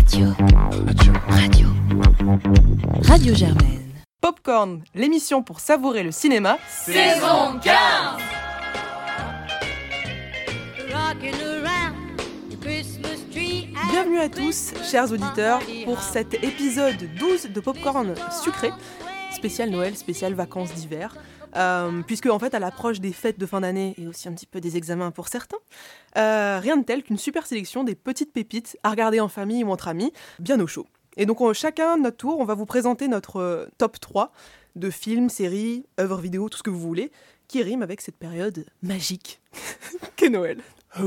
Radio Germaine. Popcorn, l'émission pour savourer le cinéma. Saison 15. Bienvenue à tous, chers auditeurs, pour cet épisode 12 de Popcorn sucré, spécial Noël, spécial vacances d'hiver. Puisque en fait à l'approche des fêtes de fin d'année et aussi un petit peu des examens pour certains, rien de tel qu'une super sélection des petites pépites à regarder en famille ou entre amis, bien au chaud. Et donc chacun de notre tour, on va vous présenter notre top 3 de films, séries, œuvres vidéo, tout ce que vous voulez, qui rime avec cette période magique qu'est Noël.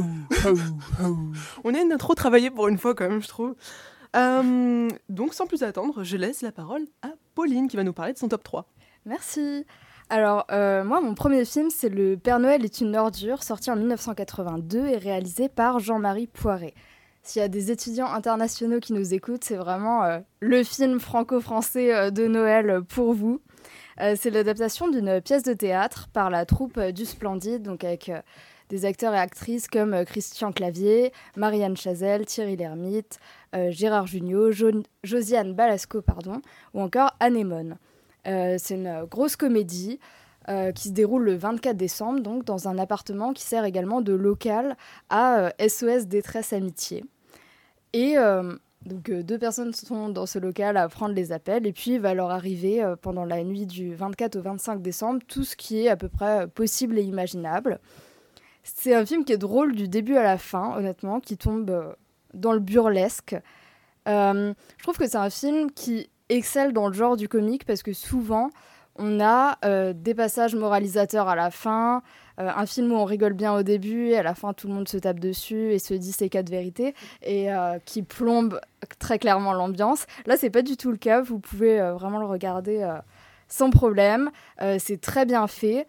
On a trop travaillé pour une fois quand même, je trouve. Donc sans plus attendre, je laisse la parole à Pauline qui va nous parler de son top 3. Merci. Alors, moi, mon premier film, c'est Le Père Noël est une ordure, sorti en 1982 et réalisé par Jean-Marie Poiret. S'il y a des étudiants internationaux qui nous écoutent, c'est vraiment le film franco-français de Noël pour vous. C'est l'adaptation d'une pièce de théâtre par la troupe du Splendide, donc avec des acteurs et actrices comme Christian Clavier, Marianne Chazelle, Thierry Lhermitte, Gérard Jugnot, Josiane Balasco, ou encore Anémone. C'est une grosse comédie qui se déroule le 24 décembre, donc dans un appartement qui sert également de local à SOS Détresse Amitié. Et donc deux personnes sont dans ce local à prendre les appels, et puis il va leur arriver pendant la nuit du 24 au 25 décembre tout ce qui est à peu près possible et imaginable. C'est un film qui est drôle du début à la fin, honnêtement, qui tombe dans le burlesque. Je trouve que c'est un film qui excelle dans le genre du comique parce que souvent on a des passages moralisateurs à la fin, un film où on rigole bien au début et à la fin tout le monde se tape dessus et se dit ses quatre vérités et qui plombe très clairement l'ambiance. Là c'est pas du tout le cas, vous pouvez vraiment le regarder sans problème, c'est très bien fait.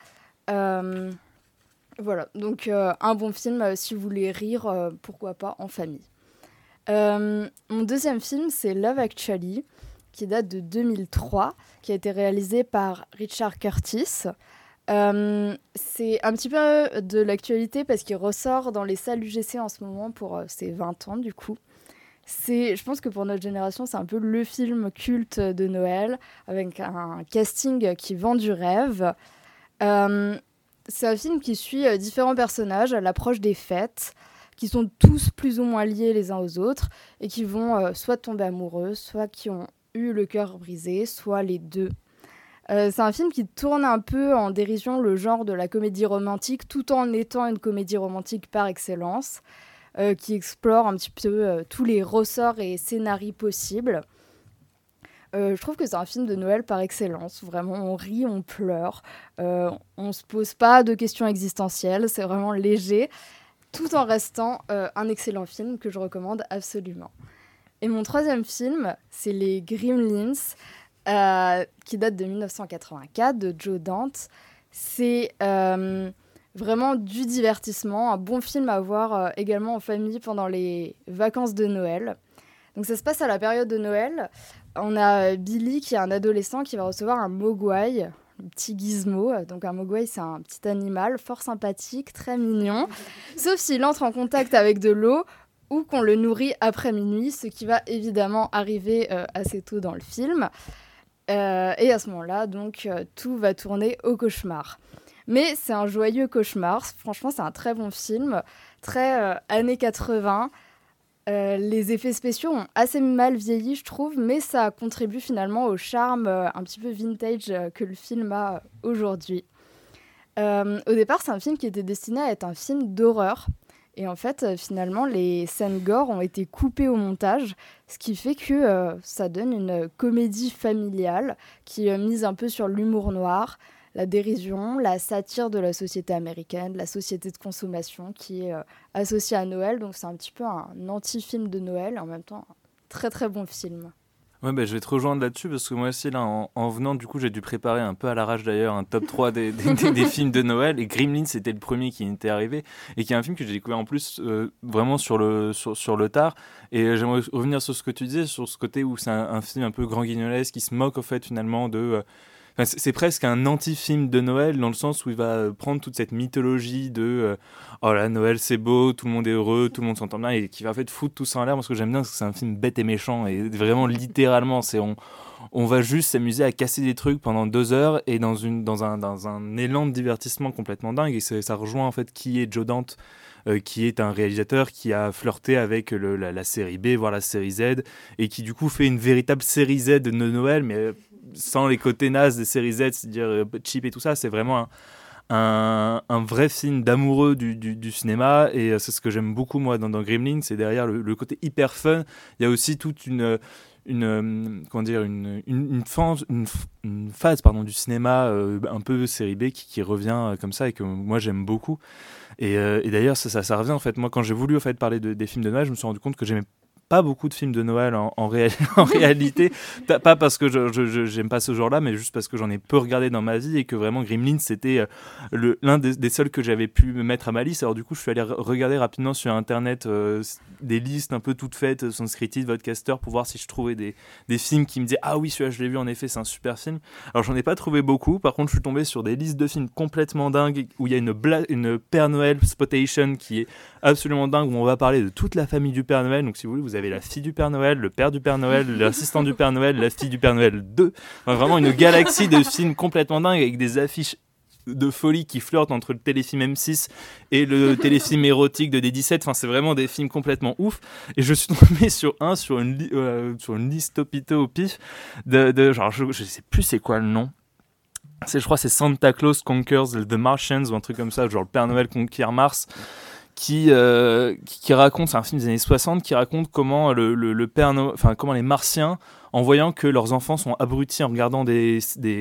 Voilà, donc un bon film si vous voulez rire, pourquoi pas en famille. Mon deuxième film c'est Love Actually, qui date de 2003, qui a été réalisé par Richard Curtis. C'est un petit peu de l'actualité parce qu'il ressort dans les salles UGC en ce moment pour ses 20 ans du coup. Je pense que pour notre génération, c'est un peu le film culte de Noël, avec un casting qui vend du rêve. C'est un film qui suit différents personnages à l'approche des fêtes, qui sont tous plus ou moins liés les uns aux autres, et qui vont soit tomber amoureux, soit qui ont eu le cœur brisé, soit les deux. C'est un film qui tourne un peu en dérision le genre de la comédie romantique, tout en étant une comédie romantique par excellence, qui explore un petit peu tous les ressorts et scénarios possibles. Je trouve que c'est un film de Noël par excellence. Vraiment, on rit, on pleure, on se pose pas de questions existentielles, c'est vraiment léger, tout en restant un excellent film que je recommande absolument. Et mon troisième film, c'est Les Gremlins, qui date de 1984, de Joe Dante. C'est vraiment du divertissement, un bon film à voir également en famille pendant les vacances de Noël. Donc ça se passe à la période de Noël. On a Billy, qui est un adolescent, qui va recevoir un mogwai, un petit gizmo. Donc un mogwai, c'est un petit animal fort sympathique, très mignon. Sauf s'il entre en contact avec de l'eau, ou qu'on le nourrit après minuit, ce qui va évidemment arriver assez tôt dans le film. Et à ce moment-là, donc, tout va tourner au cauchemar. Mais c'est un joyeux cauchemar. Franchement, c'est un très bon film, très années 80. Les effets spéciaux ont assez mal vieilli, je trouve, mais ça contribue finalement au charme un petit peu vintage que le film a aujourd'hui. Au départ, c'est un film qui était destiné à être un film d'horreur. Et en fait, finalement, les scènes gore ont été coupées au montage, ce qui fait que ça donne une comédie familiale qui mise un peu sur l'humour noir, la dérision, la satire de la société américaine, la société de consommation qui est associée à Noël. Donc c'est un petit peu un anti-film de Noël et en même temps un très très bon film. Ouais, je vais te rejoindre là-dessus parce que moi aussi, là, en venant, du coup, j'ai dû préparer un peu à l'arrache d'ailleurs un top 3 des films de Noël. Et Gremlins, c'était le premier qui était arrivé et qui est un film que j'ai découvert en plus vraiment sur le tard. Et j'aimerais revenir sur ce que tu disais, sur ce côté où c'est un film un peu grand guignolesque qui se moque, au fait, finalement, de Enfin, c'est presque un anti-film de Noël dans le sens où il va prendre toute cette mythologie de oh là, Noël c'est beau, tout le monde est heureux, tout le monde s'entend bien, et qui va en fait foutre tout ça en l'air. Moi, ce que j'aime bien, c'est que c'est un film bête et méchant, et vraiment littéralement, on va juste s'amuser à casser des trucs pendant 2 heures et dans un élan de divertissement complètement dingue. Et ça rejoint en fait qui est Joe Dante, qui est un réalisateur qui a flirté avec la série B, voire la série Z, et qui du coup fait une véritable série Z de Noël, mais sans les côtés nazes des séries Z, c'est-à-dire cheap et tout ça. C'est vraiment un vrai film d'amoureux du cinéma, et c'est ce que j'aime beaucoup moi dans Gremlins. C'est derrière le côté hyper fun, il y a aussi toute une phase du cinéma un peu série B qui revient comme ça, et que moi j'aime beaucoup, et d'ailleurs ça revient en fait. Moi, quand j'ai voulu en fait parler des films de Noël, je me suis rendu compte que j'aimais pas beaucoup de films de Noël en réalité, pas parce que j'aime pas ce genre-là, mais juste parce que j'en ai peu regardé dans ma vie, et que vraiment Gremlins c'était l'un des seuls que j'avais pu me mettre à ma liste. Alors du coup, je suis allé regarder rapidement sur internet des listes un peu toutes faites, Sanscritit, Vodcaster, pour voir si je trouvais des films qui me disaient ah oui, celui-là je l'ai vu, en effet c'est un super film. Alors j'en ai pas trouvé beaucoup. Par contre, je suis tombé sur des listes de films complètement dingues où il y a une Père Noël spotation qui est absolument dingue, où on va parler de toute la famille du Père Noël. Donc si vous voulez, vous avez la fille du Père Noël, le père du Père Noël, l'assistant du Père Noël, la fille du Père Noël 2. Enfin, vraiment une galaxie de films complètement dingues, avec des affiches de folie qui flirtent entre le téléfilm M6 et le téléfilm érotique de D17. Enfin, c'est vraiment des films complètement ouf. Et je suis tombé sur une liste au pif de genre, je sais plus c'est quoi le nom. Je crois que c'est Santa Claus Conquers the Martians ou un truc comme ça, genre le Père Noël conquiert Mars. Qui raconte, c'est un film des années 60 qui raconte comment le Père Noël, enfin comment les Martiens, en voyant que leurs enfants sont abrutis en regardant des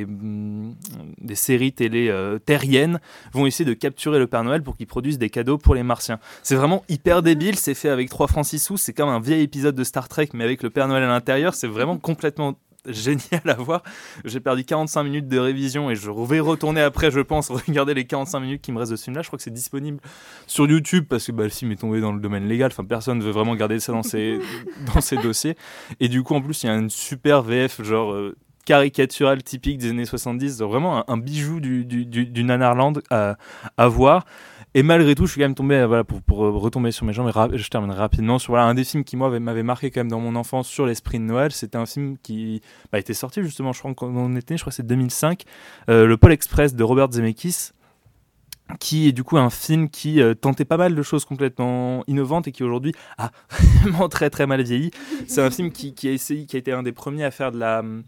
séries télé terriennes, vont essayer de capturer le Père Noël pour qu'il produise des cadeaux pour les Martiens. C'est vraiment hyper débile, c'est fait avec 3 francs 6 sous, c'est comme un vieil épisode de Star Trek mais avec le Père Noël à l'intérieur. C'est vraiment complètement génial à voir. J'ai perdu 45 minutes de révision et je vais retourner après, je pense, regarder les 45 minutes qui me restent de ce film là. Je crois que c'est disponible sur YouTube parce que le film est tombé dans le domaine légal, enfin personne ne veut vraiment garder ça dans ses dossiers, et du coup en plus il y a une super VF genre caricaturale typique des années 70, vraiment un bijou du Nanarland à voir. Et malgré tout, je suis quand même tombé, pour retomber sur mes jambes, et je termine rapidement sur un des films qui, moi, m'avait marqué quand même dans mon enfance sur l'esprit de Noël. C'était un film qui était sorti justement, je crois, quand on était, je crois que c'est 2005, le Pôle Express de Robert Zemeckis, qui est du coup un film qui tentait pas mal de choses complètement innovantes et qui aujourd'hui a vraiment très très mal vieilli. C'est un film qui a été un des premiers à faire de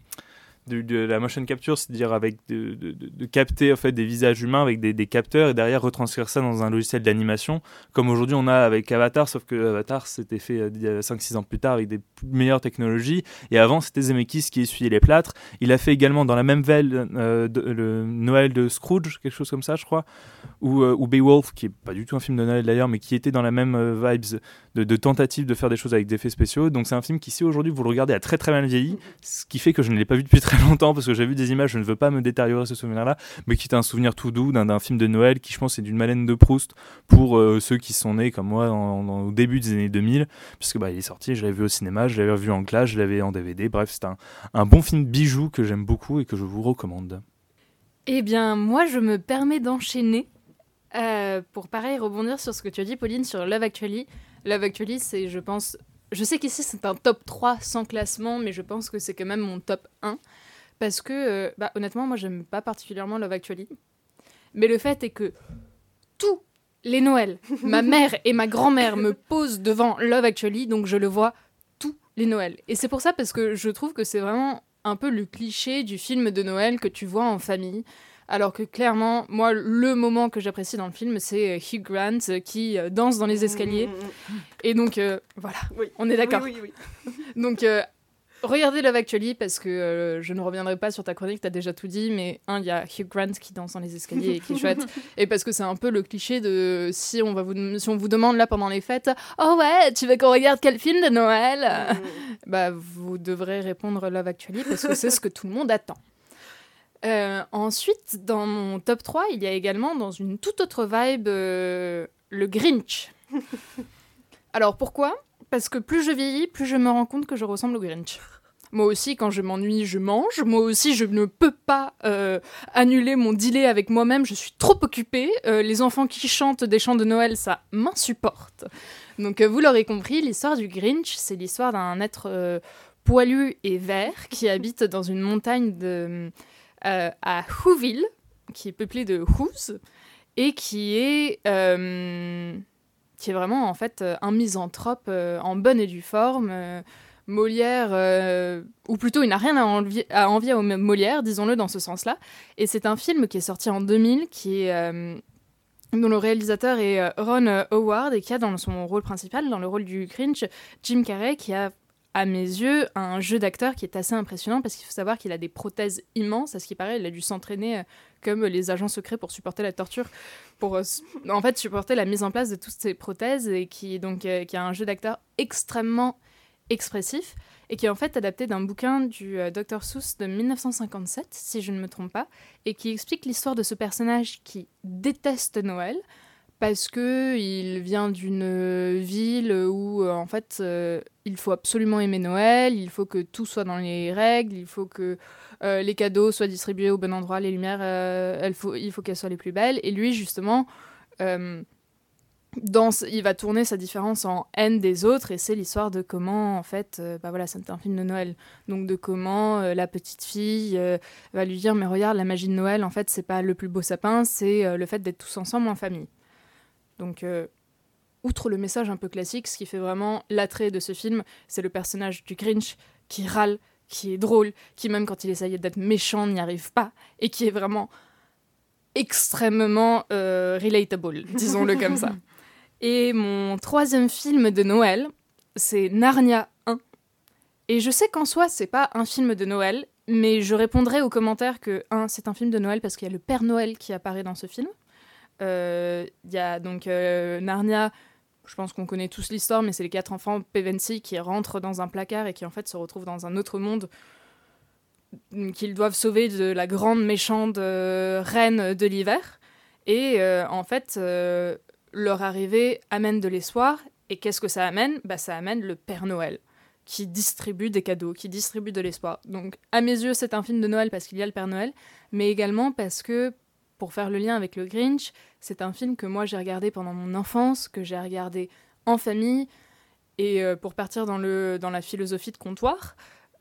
la motion capture, c'est-à-dire avec de capter en fait des visages humains avec des capteurs, et derrière retranscrire ça dans un logiciel d'animation, comme aujourd'hui on a avec Avatar, sauf que Avatar c'était fait 5-6 ans plus tard avec des meilleures technologies, et avant c'était Zemeckis qui essuyait les plâtres. Il a fait également dans la même veine le Noël de Scrooge, quelque chose comme ça je crois, ou Beowulf, qui est pas du tout un film de Noël d'ailleurs, mais qui était dans la même vibes de tentative de faire des choses avec des effets spéciaux. Donc c'est un film qui, si aujourd'hui vous le regardez, a très très mal vieilli, ce qui fait que je ne l'ai pas vu depuis très longtemps parce que j'ai vu des images, je ne veux pas me détériorer ce souvenir-là, mais qui est un souvenir tout doux d'un film de Noël qui, je pense, est d'une Madeleine de Proust pour ceux qui sont nés comme moi au début des années 2000, puisque il est sorti, je l'avais vu au cinéma, je l'avais vu en classe, je l'avais en DVD. Bref, c'est un bon film bijou que j'aime beaucoup et que je vous recommande. Eh bien, moi, je me permets d'enchaîner pour pareil rebondir sur ce que tu as dit, Pauline, sur Love Actually. Love Actually, c'est, je pense, je sais qu'ici c'est un top 3 sans classement, mais je pense que c'est quand même mon top 1. Parce que, honnêtement, moi, j'aime pas particulièrement Love Actually. Mais le fait est que tous les Noëls, ma mère et ma grand-mère me posent devant Love Actually, donc je le vois tous les Noëls. Et c'est pour ça, parce que je trouve que c'est vraiment un peu le cliché du film de Noël que tu vois en famille. Alors que clairement, moi, le moment que j'apprécie dans le film, c'est Hugh Grant qui danse dans les escaliers. Et donc, voilà, oui. On est d'accord. Oui. Donc, regardez Love Actually, parce que je ne reviendrai pas sur ta chronique, t'as déjà tout dit, mais il y a Hugh Grant qui danse dans les escaliers et qui est chouette. Et parce que c'est un peu le cliché de si on vous demande là pendant les fêtes, oh ouais, tu veux qu'on regarde quel film de Noël vous devrez répondre Love Actually, parce que c'est ce que tout le monde attend. Ensuite, dans mon top 3, il y a également, dans une toute autre vibe, le Grinch. Alors pourquoi ? Parce que plus je vieillis, plus je me rends compte que je ressemble au Grinch. Moi aussi, quand je m'ennuie, je mange. Moi aussi, je ne peux pas annuler mon dîner avec moi-même, je suis trop occupée. Les enfants qui chantent des chants de Noël, ça m'insupporte. Donc vous l'aurez compris, l'histoire du Grinch, c'est l'histoire d'un être poilu et vert qui habite dans une montagne à Whoville, qui est peuplée de Whos, et qui est vraiment en fait un misanthrope en bonne et due forme. Molière, ou plutôt il n'a rien à envier au Molière, disons-le dans ce sens-là. Et c'est un film qui est sorti en 2000, dont le réalisateur est Ron Howard, et qui a dans son rôle principal, dans le rôle du Grinch, Jim Carrey, qui a, à mes yeux, un jeu d'acteur qui est assez impressionnant, parce qu'il faut savoir qu'il a des prothèses immenses. À ce qui paraît, il a dû s'entraîner comme les agents secrets pour supporter la torture, pour en fait supporter la mise en place de toutes ces prothèses, et qui a un jeu d'acteur extrêmement expressif, et qui est en fait adapté d'un bouquin du Dr Seuss de 1957, si je ne me trompe pas, et qui explique l'histoire de ce personnage qui déteste Noël, parce qu'il vient d'une ville où en fait il faut absolument aimer Noël, il faut que tout soit dans les règles, il faut que les cadeaux soient distribués au bon endroit, les lumières, il faut qu'elles soient les plus belles, et lui justement il va tourner sa différence en haine des autres, et c'est l'histoire de comment, en fait, c'est un film de Noël, donc de comment la petite fille va lui dire « Mais regarde, la magie de Noël, en fait, c'est pas le plus beau sapin, c'est le fait d'être tous ensemble en famille. » Donc, outre le message un peu classique, ce qui fait vraiment l'attrait de ce film, c'est le personnage du Grinch qui râle, qui est drôle, qui même quand il essaye d'être méchant n'y arrive pas, et qui est vraiment extrêmement relatable, disons-le comme ça. Et mon troisième film de Noël, c'est Narnia 1. Et je sais qu'en soi, c'est pas un film de Noël, mais je répondrai aux commentaires que, c'est un film de Noël parce qu'il y a le Père Noël qui apparaît dans ce film. Il y a donc Narnia, je pense qu'on connaît tous l'histoire, mais c'est les 4 enfants Pevensie qui rentrent dans un placard et qui en fait se retrouvent dans un autre monde qu'ils doivent sauver de la grande méchante reine de l'hiver. Et en fait... leur arrivée amène de l'espoir, et qu'est-ce que ça amène ? Ça amène le Père Noël, qui distribue des cadeaux, qui distribue de l'espoir. Donc, à mes yeux, c'est un film de Noël parce qu'il y a le Père Noël, mais également parce que, pour faire le lien avec le Grinch, c'est un film que moi j'ai regardé pendant mon enfance, que j'ai regardé en famille, et pour partir dans la philosophie de comptoir,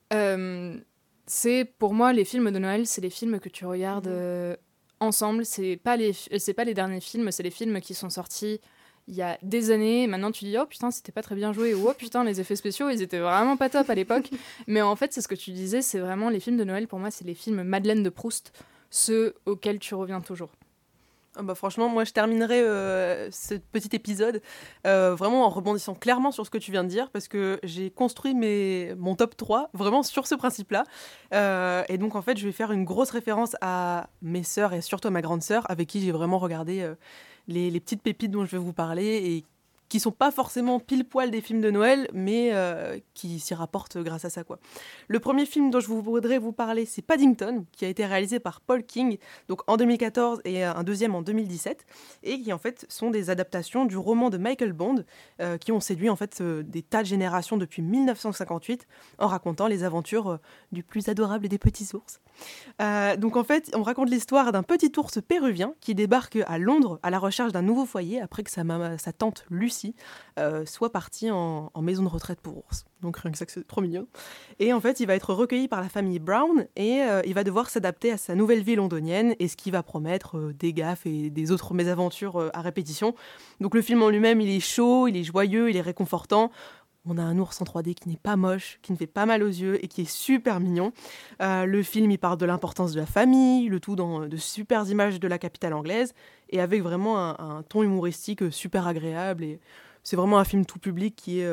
c'est pour moi, les films de Noël, c'est les films que tu regardes... ensemble, c'est pas les derniers films, c'est les films qui sont sortis il y a des années. Maintenant tu dis oh putain c'était pas très bien joué, ou oh putain les effets spéciaux ils étaient vraiment pas top à l'époque. Mais en fait c'est ce que tu disais, c'est vraiment les films de Noël, pour moi c'est les films Madeleine de Proust, ceux auxquels tu reviens toujours. Franchement, moi je terminerai ce petit épisode vraiment en rebondissant clairement sur ce que tu viens de dire, parce que j'ai construit mon top 3 vraiment sur ce principe-là. Et donc en fait, je vais faire une grosse référence à mes sœurs et surtout à ma grande sœur, avec qui j'ai vraiment regardé les petites pépites dont je vais vous parler, et qui sont pas forcément pile-poil des films de Noël, mais qui s'y rapportent grâce à ça, quoi. Le premier film dont je voudrais vous parler, c'est Paddington, qui a été réalisé par Paul King, donc en 2014, et un deuxième en 2017, et qui en fait sont des adaptations du roman de Michael Bond, qui ont séduit en fait des tas de générations depuis 1958, en racontant les aventures du plus adorable des petits ours. Donc en fait, on raconte l'histoire d'un petit ours péruvien qui débarque à Londres à la recherche d'un nouveau foyer après que sa tante Lucie soit partie en maison de retraite pour ours. Donc rien que ça, c'est trop mignon. Et en fait, il va être recueilli par la famille Brown, et il va devoir s'adapter à sa nouvelle vie londonienne, et ce qui va promettre des gaffes et des autres mésaventures à répétition. Donc le film en lui-même, il est chaud, il est joyeux, il est réconfortant. On a un ours en 3D qui n'est pas moche, qui ne fait pas mal aux yeux et qui est super mignon. Le film, il parle de l'importance de la famille, le tout dans de super images de la capitale anglaise, et avec vraiment un ton humoristique super agréable. Et c'est vraiment un film tout public qui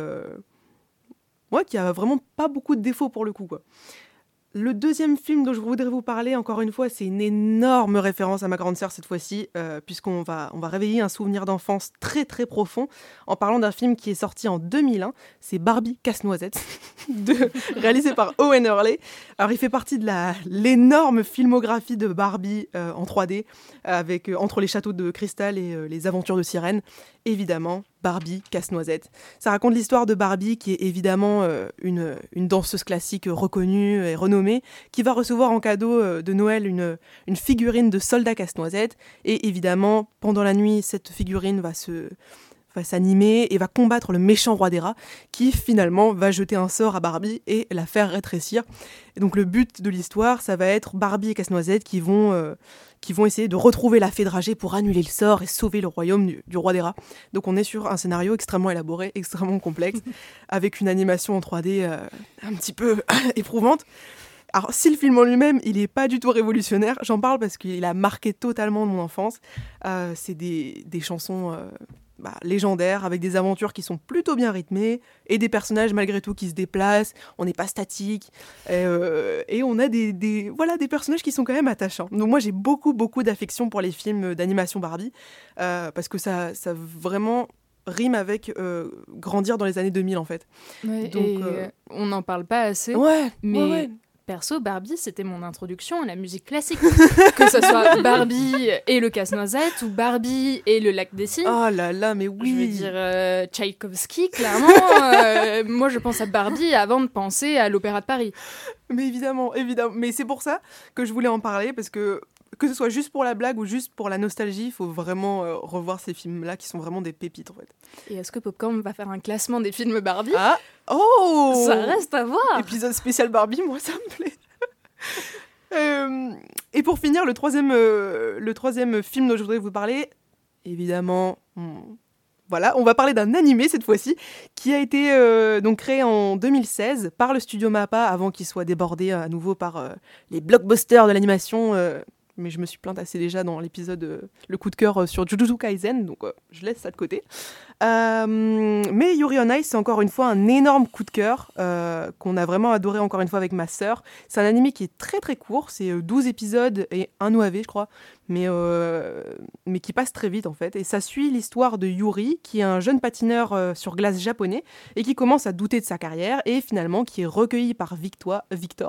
a vraiment pas beaucoup de défauts pour le coup, quoi. Le deuxième film dont je voudrais vous parler, encore une fois, c'est une énorme référence à ma grande sœur cette fois-ci, puisqu'on va réveiller un souvenir d'enfance très très profond en parlant d'un film qui est sorti en 2001, c'est Barbie Casse-Noisette, réalisé par Owen Hurley. Alors il fait partie de l'énorme filmographie de Barbie en 3D, avec entre les châteaux de cristal et les aventures de sirène. Évidemment, Barbie Casse-Noisette. Ça raconte l'histoire de Barbie, qui est évidemment une danseuse classique reconnue et renommée, qui va recevoir en cadeau de Noël une figurine de soldat Casse-Noisette. Et évidemment, pendant la nuit, cette figurine va s'animer et va combattre le méchant roi des rats, qui finalement va jeter un sort à Barbie et la faire rétrécir. Et donc le but de l'histoire, ça va être Barbie et Casse-Noisette qui vont essayer de retrouver la fée dragée pour annuler le sort et sauver le royaume du roi des rats. Donc on est sur un scénario extrêmement élaboré, extrêmement complexe, avec une animation en 3D un petit peu éprouvante. Alors si le film en lui-même, il n'est pas du tout révolutionnaire, j'en parle parce qu'il a marqué totalement mon enfance. C'est des chansons légendaires, avec des aventures qui sont plutôt bien rythmées, et des personnages malgré tout qui se déplacent, on n'est pas statique, et on a des personnages qui sont quand même attachants. Donc moi j'ai beaucoup d'affection pour les films d'animation Barbie, parce que ça vraiment rime avec grandir dans les années 2000 en fait. Ouais, donc, on n'en parle pas assez, mais... Ouais. Perso, Barbie, c'était mon introduction à la musique classique. Que ce soit Barbie et le Casse-Noisette ou Barbie et le Lac des Cygnes. Oh là là, mais oui. Je veux dire, Tchaïkovski, clairement. Moi, je pense à Barbie avant de penser à l'Opéra de Paris. Mais évidemment. Mais c'est pour ça que je voulais en parler, parce que ce soit juste pour la blague ou juste pour la nostalgie, il faut vraiment revoir ces films-là qui sont vraiment des pépites en fait. Et est-ce que Popcorn va faire un classement des films Barbie ? Ah, oh, ça reste à voir. Épisode spécial Barbie, moi ça me plaît. Et pour finir, le troisième film dont je voudrais vous parler, évidemment, voilà, on va parler d'un animé cette fois-ci, qui a été donc créé en 2016 par le studio MAPPA, avant qu'il soit débordé à nouveau par les blockbusters de l'animation. Mais je me suis plainte assez déjà dans l'épisode le coup de cœur sur Jujutsu Kaisen, donc je laisse ça de côté. Mais Yuri on Ice, c'est encore une fois un énorme coup de cœur qu'on a vraiment adoré encore une fois avec ma sœur. C'est un animé qui est très très court, c'est 12 épisodes et un OAV je crois, mais qui passe très vite en fait. Et ça suit l'histoire de Yuri, qui est un jeune patineur sur glace japonais et qui commence à douter de sa carrière et finalement qui est recueilli par Victor,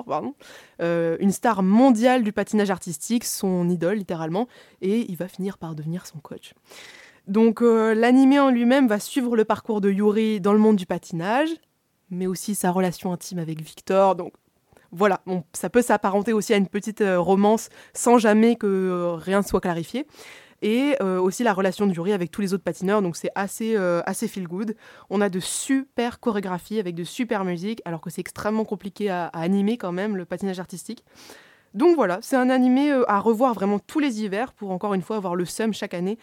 une star mondiale du patinage artistique, son idole littéralement, et il va finir par devenir son coach. Donc l'animé en lui-même va suivre le parcours de Yuri dans le monde du patinage, mais aussi sa relation intime avec Victor. Donc voilà, ça peut s'apparenter aussi à une petite romance sans jamais que rien ne soit clarifié. Et aussi la relation de Yuri avec tous les autres patineurs, donc c'est assez feel good. On a de super chorégraphies avec de super musique, alors que c'est extrêmement compliqué à animer quand même, le patinage artistique. Donc voilà, c'est un animé à revoir vraiment tous les hivers pour encore une fois avoir le seum chaque année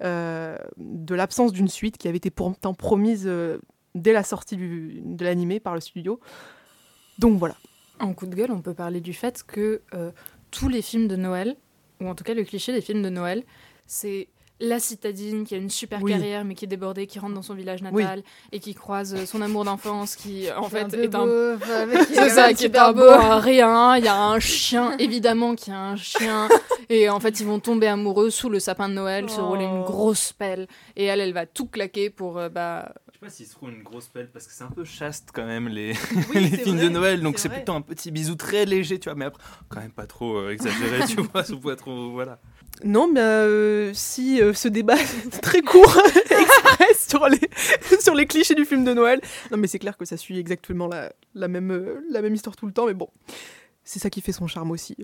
de l'absence d'une suite qui avait été pourtant promise dès la sortie de l'animé par le studio. Donc voilà. En coup de gueule, on peut parler du fait que tous les films de Noël, ou en tout cas le cliché des films de Noël, c'est la citadine qui a une super carrière mais qui est débordée, qui rentre dans son village natal et qui croise son amour d'enfance qui en fait est un c'est ça, qui est un beau rien. Il y a un chien, évidemment qu'il y a un chien, et en fait ils vont tomber amoureux sous le sapin de Noël, se rouler une grosse pelle, et elle va tout claquer pour Je sais pas s'ils se roulent une grosse pelle parce que c'est un peu chaste quand même les films de Noël, donc c'est plutôt un petit bisou très léger, tu vois, mais après quand même pas trop exagéré, tu vois, ça peut trop, voilà. Non, mais si ce débat est très court express sur les clichés du film de Noël. Non, mais c'est clair que ça suit exactement la même histoire tout le temps, mais bon, c'est ça qui fait son charme aussi.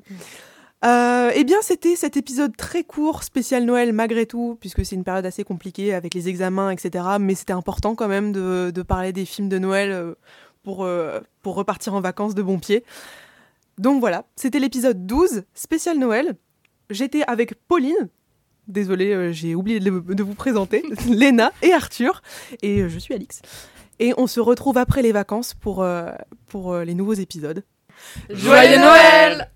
Eh bien, c'était cet épisode très court, spécial Noël malgré tout, puisque c'est une période assez compliquée avec les examens, etc. Mais c'était important quand même de parler des films de Noël pour repartir en vacances de bon pied. Donc voilà, c'était l'épisode 12, spécial Noël. J'étais avec Pauline, désolée, j'ai oublié de vous présenter, Léna et Arthur, et je suis Alix. Et on se retrouve après les vacances pour les nouveaux épisodes. Joyeux Noël!